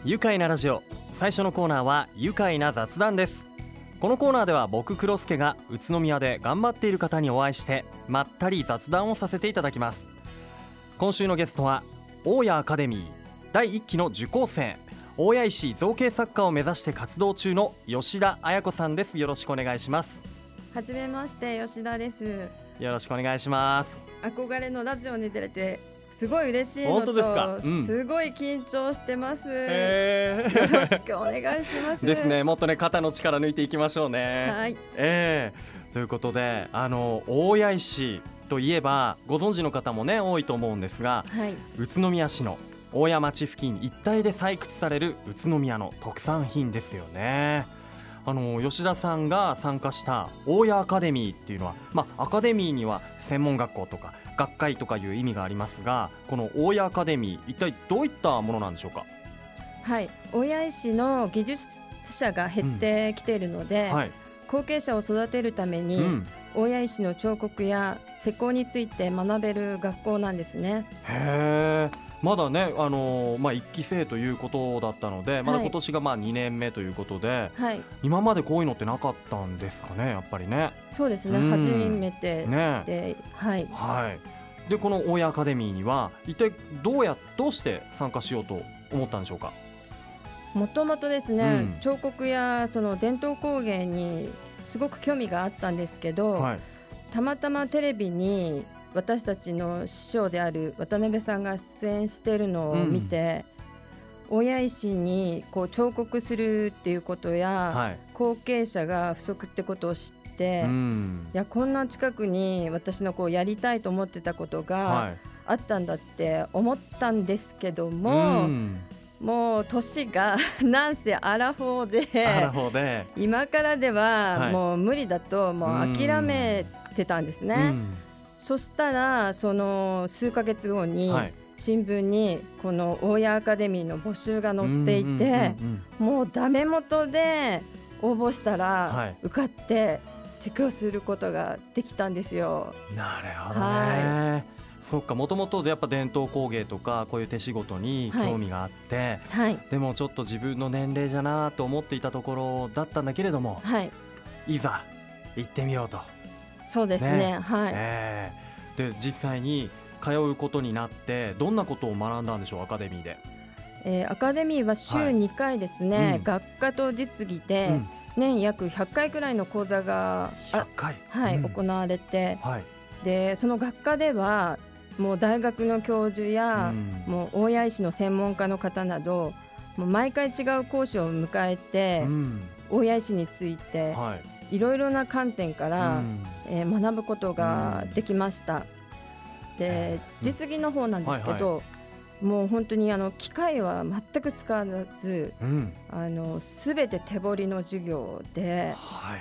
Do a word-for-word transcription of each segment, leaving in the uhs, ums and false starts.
愉快なラジオ、最初のコーナーは愉快な雑談です。このコーナーでは僕黒助が宇都宮で頑張っている方にお会いしてまったり雑談をさせていただきます。今週のゲストは大谷アカデミーだいいっきの受講生、大谷石造形作家を目指して活動中の吉田彩子さんです。よろしくお願いします。 はじめまして、吉田です。 よろしくお願いします。 憧れのラジオに出れてすごい嬉しいの本当ですとか、うん、 すごい緊張してます。 えー、 よろしくお願いしますですね。もっとね肩の力抜いていきましょうね。 はい、 えー、ということで、あの大谷石といえばご存知の方もね多いと思うんですが、 はい、 宇都宮市の大谷町付近一帯で採掘される宇都宮の特産品ですよね。あの吉田さんが参加した大谷アカデミーっていうのは、まあ、アカデミーには専門学校とか学会とかいう意味がありますが、この大谷アカデミー一体どういったものなんでしょうか。 はい、大谷石の技術者が減ってきているので、うん、はい、後継者を育てるために、うん、大谷石の彫刻や施工について学べる学校なんですね。 へー、まだね、あのーまあ、いっき生ということだったので、まだ今年がまあにねんめということで、はい、今までこういうのってなかったんですかね、やっぱりね。 そうですね、うん、初めてで、ね、はい、 はい、でこの大谷アカデミーには一体どうやどうして参加しようと思ったんでしょうか。 もともとですね、うん、彫刻やその伝統工芸にすごく興味があったんですけど、はい、たまたまテレビに私たちの師匠である渡辺さんが出演しているのを見て、うん、大谷石にこう彫刻するっていうことや、はい、後継者が不足ってことを知って、うん、いやこんな近くに私のこうやりたいと思ってたことがあったんだって思ったんですけども、うん、もう年がなんせアラフォーで、アラフォーで今からではもう無理だともう諦めてたんですね。うん、そしたらその数ヶ月後に新聞にこの大谷アカデミーの募集が載っていて、もうダメ元で応募したら受かって受講することができたんですよ。 なるほどね、はい、そっか、もともとやっぱ伝統工芸とかこういう手仕事に興味があって、はい、でもちょっと自分の年齢じゃなと思っていたところだったんだけれども、はい、いざ行ってみようと。 そうですね、ね、はい、 えー、で実際に通うことになってどんなことを学んだんでしょう、アカデミーで。 えー、アカデミーは週にかいですね、はい、うん、学科と実技で、うん、年約ひゃっかいくらいの講座がひゃっかい、 はい、うん、行われて、はい、でその学科ではもう大学の教授や、うん、もう大谷石の専門家の方などもう毎回違う講師を迎えて、うん、大谷石について、はい、いろいろな観点から、うん、えー、学ぶことができました。うん、で実技の方なんですけど、はいはい、もう本当にあの機械は全く使わず、うん、あの全て手彫りの授業で、はい、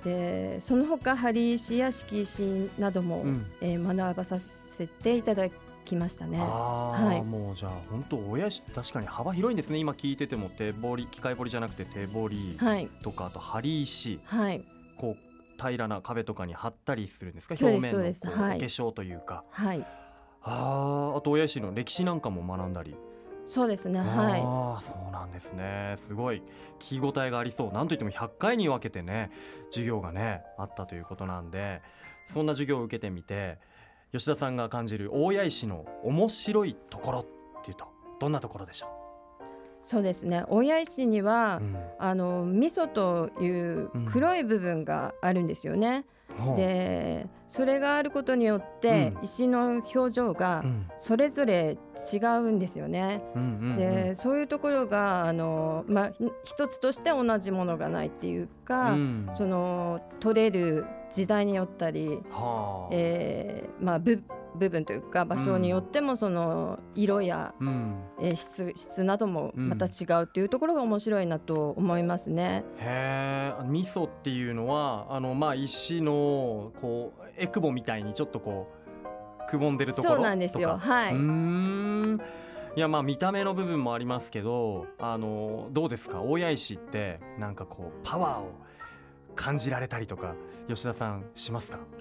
でその他針石や敷石なども、うん、えー、学ばさせていただきましたね。 あ、はい、もうじゃあ本当大谷石確かに幅広いんですね。今聞いてても手彫り、機械彫りじゃなくて手彫りとか、はい、あと針石、はい、こう平らな壁とかに貼ったりするんですか、表面のこうお化粧というか、はい、あ, あと大谷石の歴史なんかも学んだり。 そうですね、はい、 あ、そうなんですね。すごい聞き応えがありそう。なんといってもひゃっかいに分けてね授業がねあったということなんで、そんな授業を受けてみて吉田さんが感じる大谷石の面白いところっていうとどんなところでしょう。 そうですね、大谷石には、うん、あの味噌という黒い部分があるんですよね。うん、でそれがあることによって、うん、石の表情がそれぞれ違うんですよね。うん、でそういうところがあの、まあ、一つとして同じものがないっていうか、うん、その取れる時代によったり、はあ、えーまあ、部, 部分というか場所によってもその色や、うん、えー、質, 質などもまた違うっていうところが面白いなと思いますね。 うん、へー、味噌っていうのはあの、まあ、石のこうエクボみたいにちょっとこうくぼんでるところとか。 そうなんですよ、はい、 うーん、いや、まあ見た目の部分もありますけど、あのどうですか、大谷石ってなんかこうパワーを感じられたりとか吉田さんしますか。 あ、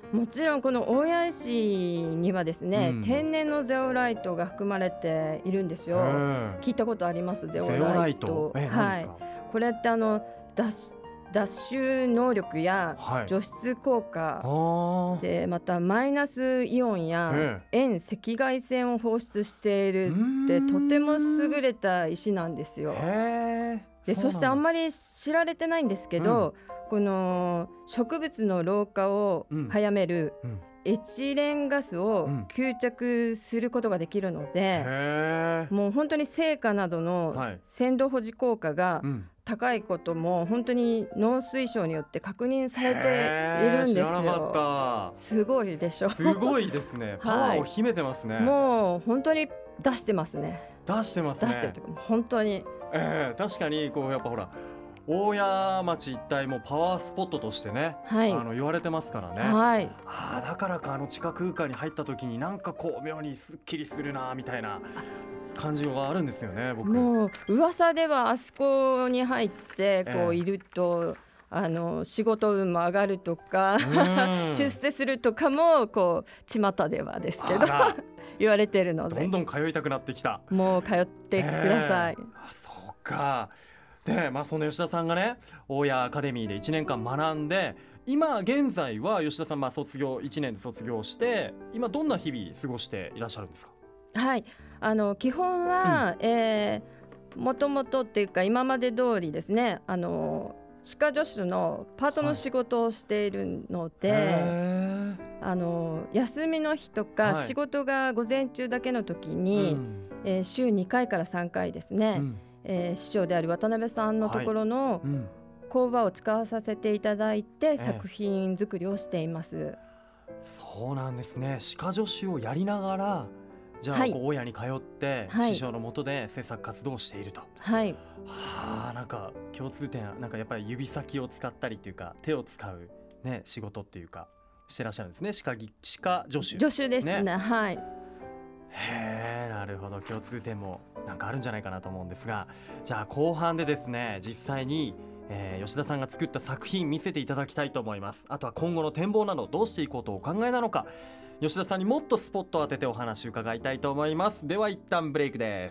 もちろんこの大谷石にはですね、うん、天然のゼオライトが含まれているんですよ。聞いたことあります？ゼオライト。ゼオライト、 え、 はい、これってあの脱脱臭能力や除湿効果、はい、でまたマイナスイオンや遠赤外線を放出しているってとても優れた石なんですよ。へでそしてあんまり知られてないんですけど、うん、この植物の老化を早めるエチレンガスを吸着することができるので、うん、もう本当に成果などの鮮度保持効果が高いことも本当に農水省によって確認されているんですよ。知らなかった。すごいでしょ。 すごいですね。パワーを秘めてますね。 はい、もう本当に出してますね。 出してますね。 出してるというか本当に、 えー、確かにこうやっぱほら大谷町一帯もパワースポットとしてね、はい、あの言われてますからね、はい、あだからかあの地下空間に入った時になんかこう妙にすっきりするなみたいな感じがあるんですよね。僕もう噂ではあそこに入ってこういると、えー、あの仕事運も上がるとか出世するとかもこう巷ではですけど言われてるので、 どんどん通いたくなってきた。 もう通ってください、 えー、あそうか。で、まあ、その吉田さんがね大谷アカデミーでいちねんかん学んで、今現在は吉田さん、まあ、卒業いちねんで卒業して今どんな日々過ごしていらっしゃるんですか？ はい、あの基本は、うん、えー、もともとっていうか今まで通りですね、あの歯科助手のパートの仕事をしているので、はい、あの休みの日とか、はい、仕事が午前中だけの時に、うん、えー、週にかいからさんかいですね、うん、えー、師匠である渡辺さんのところの工場を使わさせていただいて作品作りをしています、ええ、そうなんですね。歯科助手をやりながらじゃあ、はい、こう大谷に通って、はい、師匠の下で制作活動をしていると、はい、はあ、なんか共通点なんかやっぱり指先を使ったりっていうか手を使う、ね、仕事っていうかしてらっしゃるんですね。歯科、歯科助手助手ですね、ね、はい。 へえ、なるほど。共通点もなんかあるんじゃないかなと思うんですが、じゃあ後半でですね実際に、えー、吉田さんが作った作品見せていただきたいと思います。あとは今後の展望などどうしていこうとお考えなのか、吉田さんにもっとスポットを当ててお話を伺いたいと思います。では一旦ブレイクです。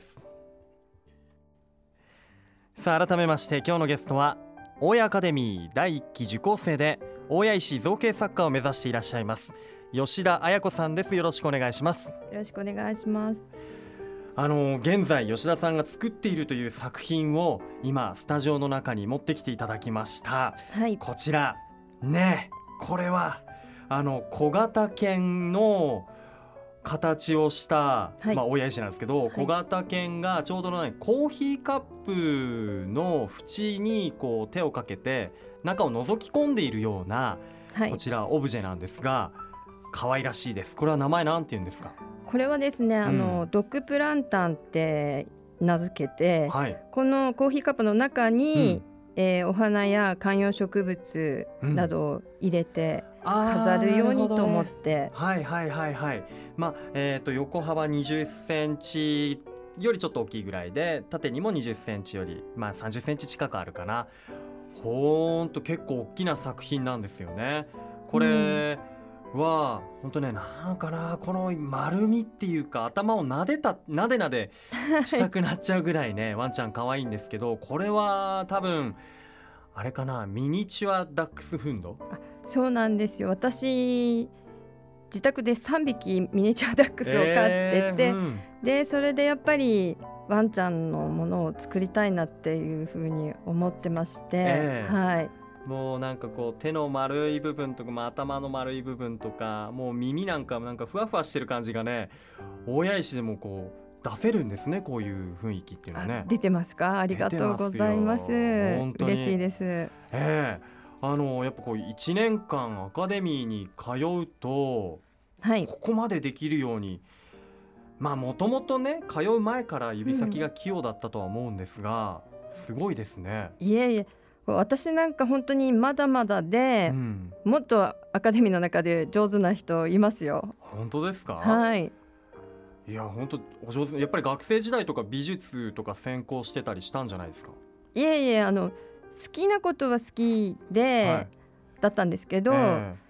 さあ改めまして今日のゲストは大谷アカデミーだいいっき受講生で大谷石造形作家を目指していらっしゃいます吉田彩子さんです。よろしくお願いします。よろしくお願いします。 あの現在吉田さんが作っているという作品を今スタジオの中に持ってきていただきました、はい、こちらね、これはあの小型犬の形をした、はい、まあ、大谷石なんですけど、はい、小型犬がちょうど、ね、コーヒーカップの縁にこう手をかけて中を覗き込んでいるような、はい、こちらオブジェなんですが可愛らしいです。これは名前なんて言うんですか？ これはですね、あの、うん、ドッグプランタンって名付けて、はい、このコーヒーカップの中に、うん、えー、お花や観葉植物などを入れて飾るようにと思って、ね、 はいはいはいはい、まあえー、と横幅にじゅっセンチよりちょっと大きいぐらいで縦にもにじゅっセンチより、まあ、さんじゅっセンチ近くあるかな。ほんと結構大きな作品なんですよね。これは本当ね、なんかな、この丸みっていうか頭をなでたなでなでしたくなっちゃうぐらいねワンちゃん可愛いんですけど、これは多分あれかな、ミニチュアダックスフンド。 あ、そうなんですよ。私自宅でさんびきミニチュアダックスを飼ってて、えーうん、でそれでやっぱりワンちゃんのものを作りたいなっていうふうに思ってまして、えー、はい、 もうなんかこう手の丸い部分とか、まあ、頭の丸い部分とかもう耳なんかなんかふわふわしてる感じがね大谷石でもこう出せるんですね。こういう雰囲気っていうのはね。 出てますか？ありがとうございます。嬉しいです。ええー、あのやっぱこういちねんかんアカデミーに通うと、はい、ここまでできるように、まあもともとね通う前から指先が器用だったとは思うんですが、うん、すごいですね。 いえいえ、私なんか本当にまだまだで、うん、もっとアカデミーの中で上手な人いますよ。 本当ですか？ はい。 いや本当お上手。やっぱり学生時代とか美術とか専攻してたりしたんじゃないですか？ いえいえ、あの好きなことは好きで、はい、だったんですけど、えー、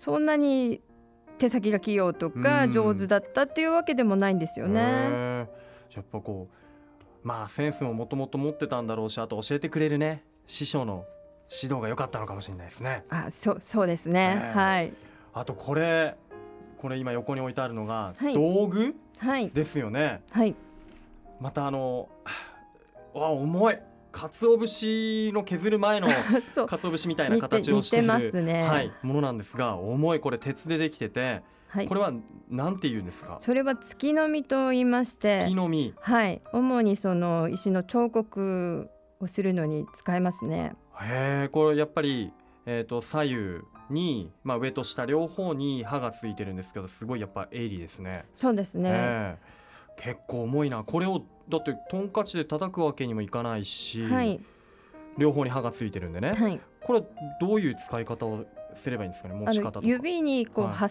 そんなに手先が器用とか上手だったっていうわけでもないんですよね。 やっぱこうまあセンスももともと持ってたんだろうし、あと教えてくれるね師匠の指導が良かったのかもしれないですね。 あ、そ、そうですね、はい。あとこれこれ今横に置いてあるのが道具、はい、ですよね。 はい。 またあのわ重い鰹節の削る前の鰹節みたいな形をしている、ね、はい、ものなんですが、重い、これ鉄でできてて、はい、これはなんて言うんですか？ それは月の実と言いまして、 月の実、 はい、主にその石の彫刻をするのに使えますね。 へえ、これやっぱり、えー、と左右に、まあ、上と下両方に刃がついてるんですけど、すごいやっぱ鋭利ですね。 そうですね、 結構重いな。これをだってトンカチで叩くわけにもいかないし、はい、両方に刃がついてるんでね、はい、これどういう使い方をすればいいんですかね？持ち方とか指にこう、はい、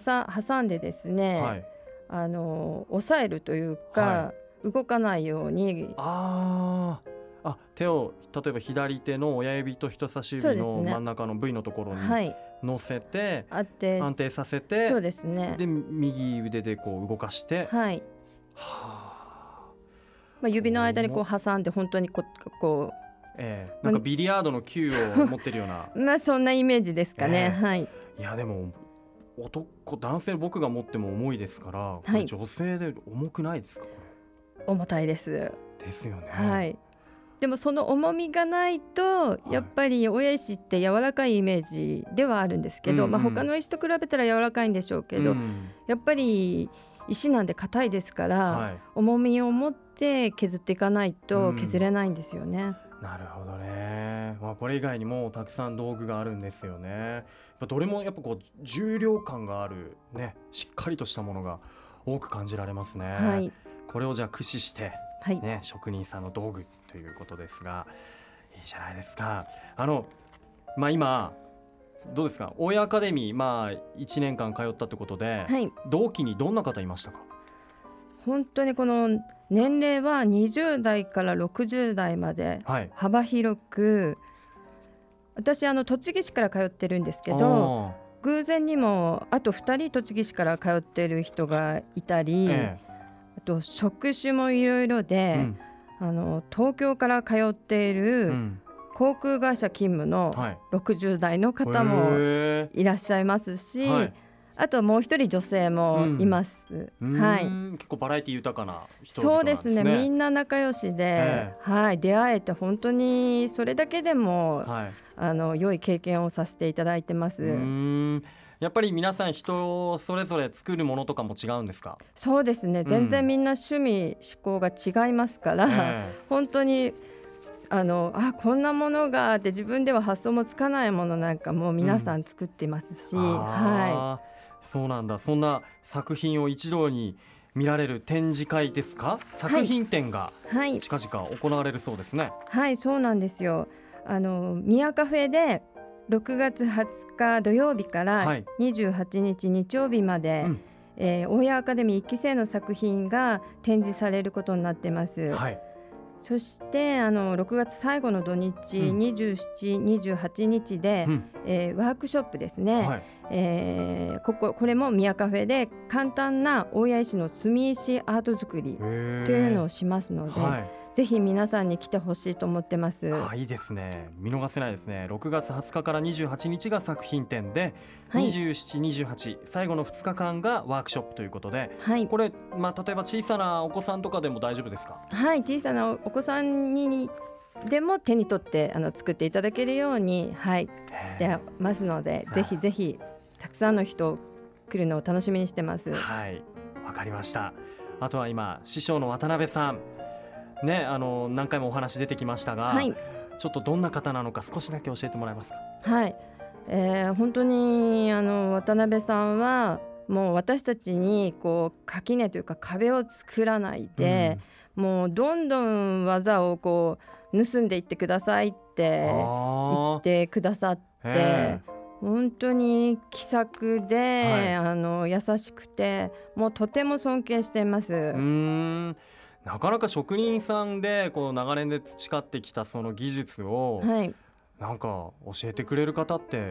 挟んでですね、はい、あの押さえるというか、はい、動かないように。 ああ、手を例えば左手の親指と人差し指の真ん中の V のところに乗せて、はい、安定させて、 そうですね、 で右腕でこう動かして、 はい、はあ、まあ、指の間にこう挟んで本当にこう、こう、 えー、なんかビリヤードの球を持ってるようなまあそんなイメージですかね、えー、はい。 いやでも男男性の僕が持っても重いですから、はい、女性で重くないですか？これ重たいです。 ですよね、 はい。でもその重みがないとやっぱり親石って柔らかいイメージではあるんですけど、はい、まあ、他の石と比べたら柔らかいんでしょうけど、うん、やっぱり石なんで硬いですから、はい、重みを持って削っていかないと削れないんですよね、 うん、なるほどね、まあ、これ以外にもたくさん道具があるんですよね。どれもやっぱこう重量感がある、ね、しっかりとしたものが多く感じられますね、はい、これをじゃあ駆使して、はい、ね、職人さんの道具ということですが、いいじゃないですか。あの、まあ、今どうですか、大谷アカデミー、まあ、いちねんかん通ったってことで、はい、同期にどんな方いましたか？ 本当にこの年齢はにじゅう代からろくじゅう代まで幅広く、はい、私あの栃木市から通ってるんですけど、偶然にもあとふたり栃木市から通ってる人がいたり、ええ、あと職種もいろいろで、うん、あの東京から通っている、うん、航空会社勤務のろくじゅう代の方もいらっしゃいますし、はい、あともう一人女性もいます、うん、はい、 結構バラエティ豊かな人 々なんですね。そうですね、みんな仲良しで、えーはい、出会えて本当にそれだけでも、はい、あの良い経験をさせていただいてます。 うーん、やっぱり皆さん人それぞれ作るものとかも違うんですか？ そうですね、全然みんな趣味、うん、趣向が違いますから、えー、本当にあのあこんなものがあって自分では発想もつかないものなんかも皆さん作ってますし、うん、はい、 そうなんだ。そんな作品を一堂に見られる展示会ですか？作品展が近々行われるそうですね。 はい、はい、そうなんですよ。あの宮カフェでろくがつはつか土曜日からにじゅうはちにち日曜日まで、はい、うん、えー、大谷アカデミーいっき生の作品が展示されることになってます。はい、そしてあのろくがつ最後の土日、うん、にじゅうしち、にじゅうはちにちで、うん、えー、ワークショップですね、はい、えー、ここ、これも宮カフェで簡単な大谷石の積石アート作りというのをしますので、はい、ぜひ皆さんに来てほしいと思ってます。 あ、いいですね、見逃せないですね。ろくがつはつかからにじゅうはちにちが作品展で、はい、にじゅうしち、にじゅうはち最後のふつかかんがワークショップということで、はい、これ、まあ、例えば小さなお子さんとかでも大丈夫ですか？ はい、小さなお子さんにでも手に取ってあの作っていただけるように、はい、してますので、ぜひぜひたくさんの人来るのを楽しみにしてます。 はい、わかりました。あとは今師匠の渡辺さんね、あの何回もお話出てきましたが、はい、ちょっとどんな方なのか少しだけ教えてもらえますか？ はい、えー、本当にあの渡辺さんはもう私たちにこう垣根というか壁を作らないで、うん、もうどんどん技をこう盗んでいってくださいって言ってくださって、本当に気さくで、はい、あの優しくて、もうとても尊敬しています。うーん、なかなか職人さんでこう長年で培ってきたその技術を、はい、なんか教えてくれる方って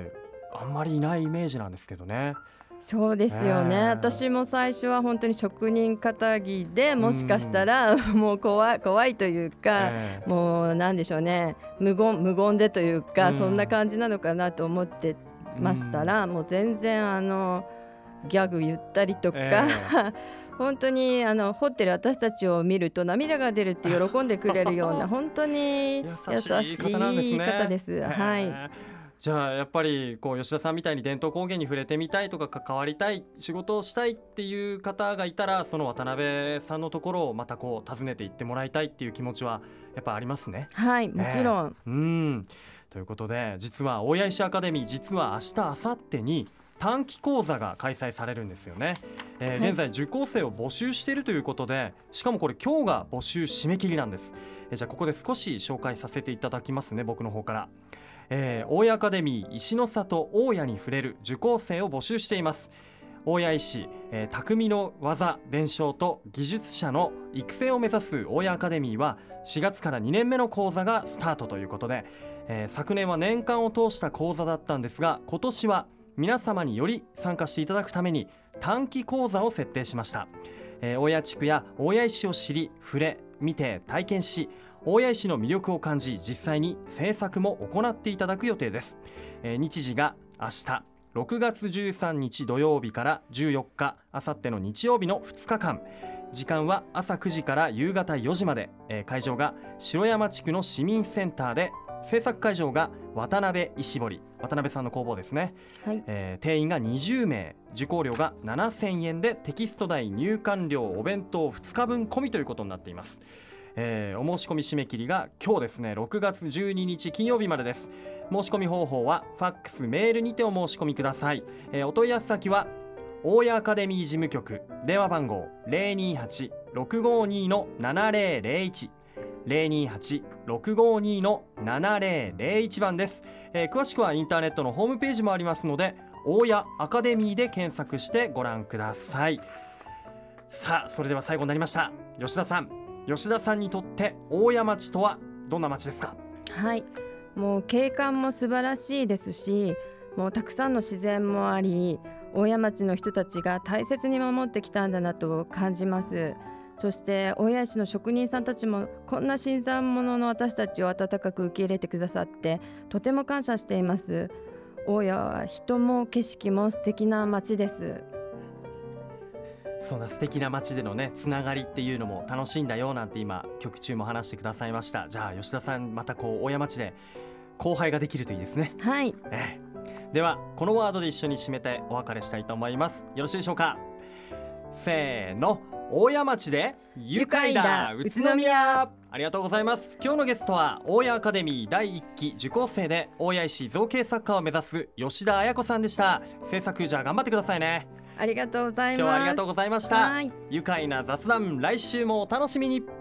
あんまりいないイメージなんですけどね。 そうですよね、えー、私も最初は本当に職人かたぎでもしかしたらもう怖い、怖いというか、えー、もうなんでしょうね、無言、無言でというか、そんな感じなのかなと思ってましたら、もう全然あのギャグ言ったりとか、えー本当にあの掘ってる私たちを見ると涙が出るって喜んでくれるような本当に優しい方です。はい。 じゃあやっぱりこう吉田さんみたいに伝統工芸に触れてみたいとか関わりたい仕事をしたいっていう方がいたら、その渡辺さんのところをまたこう訪ねていってもらいたいっていう気持ちはやっぱありますね。 はい、もちろん、 えー、うんということで、実は大谷石アカデミー、実は明日明後日に短期講座が開催されるんですよね。えー、現在受講生を募集しているということで、しかもこれ今日が募集締め切りなんです。えー、じゃあここで少し紹介させていただきますね、僕の方から。えー、大谷アカデミー石の里大谷に触れる受講生を募集しています。大谷石、えー、匠の技伝承と技術者の育成を目指す大谷アカデミーはしがつからにねんめの講座がスタートということで、えー、昨年は年間を通した講座だったんですが、今年は皆様により参加していただくために短期講座を設定しました。えー、大谷地区や大谷石を知り、触れ、見て、体験し、大谷石の魅力を感じ、実際に制作も行っていただく予定です。えー、日時が明日ろくがつじゅうさんにち土曜日からじゅうよっか、あさっての日曜日のふつかかん、時間は朝くじから夕方よじまで、えー、会場が城山地区の市民センターで、制作会場が渡辺石堀、渡辺さんの工房ですね。はい。えー、定員がにじゅうめい、受講料がななせんえんで、テキスト代、入館料、お弁当ふつかぶん込みということになっています。えー、お申し込み締め切りが今日ですね、ろくがつじゅうににち金曜日までです。申し込み方法はファックス、メールにてお申し込みください。えー、お問い合わせ先は大谷アカデミー事務局、電話番号 ゼロにーはち ろくごに ななゼロゼロいち ゼロにーはち ろくごに ななゼロゼロいち 番です。えー、詳しくはインターネットのホームページもありますので、大谷アカデミーで検索してご覧ください。さあ、それでは最後になりました。吉田さん、吉田さんにとって大谷町とはどんな町ですか？ はい、もう景観も素晴らしいですし、もうたくさんの自然もあり、大谷町の人たちが大切に守ってきたんだなと感じます。そして大谷市の職人さんたちもこんな新参者の私たちを温かく受け入れてくださってとても感謝しています。大谷は人も景色も素敵な町です。 そんな素敵な街でのね、つながりっていうのも楽しいんだよなんて今曲中も話してくださいました。じゃあ吉田さん、またこう大谷町で後輩ができるといいですね。 はい、 ええ、ではこのワードで一緒に締めてお別れしたいと思います。よろしいでしょうか？せーの、大谷町で愉快だ宇都宮。ありがとうございます。今日のゲストは大谷アカデミーだいいっき受講生で大谷石造形作家を目指す吉田彩子さんでした。制作じゃあ頑張ってくださいね。 ありがとうございます。 今日はありがとうございました。愉快な雑談、来週もお楽しみに。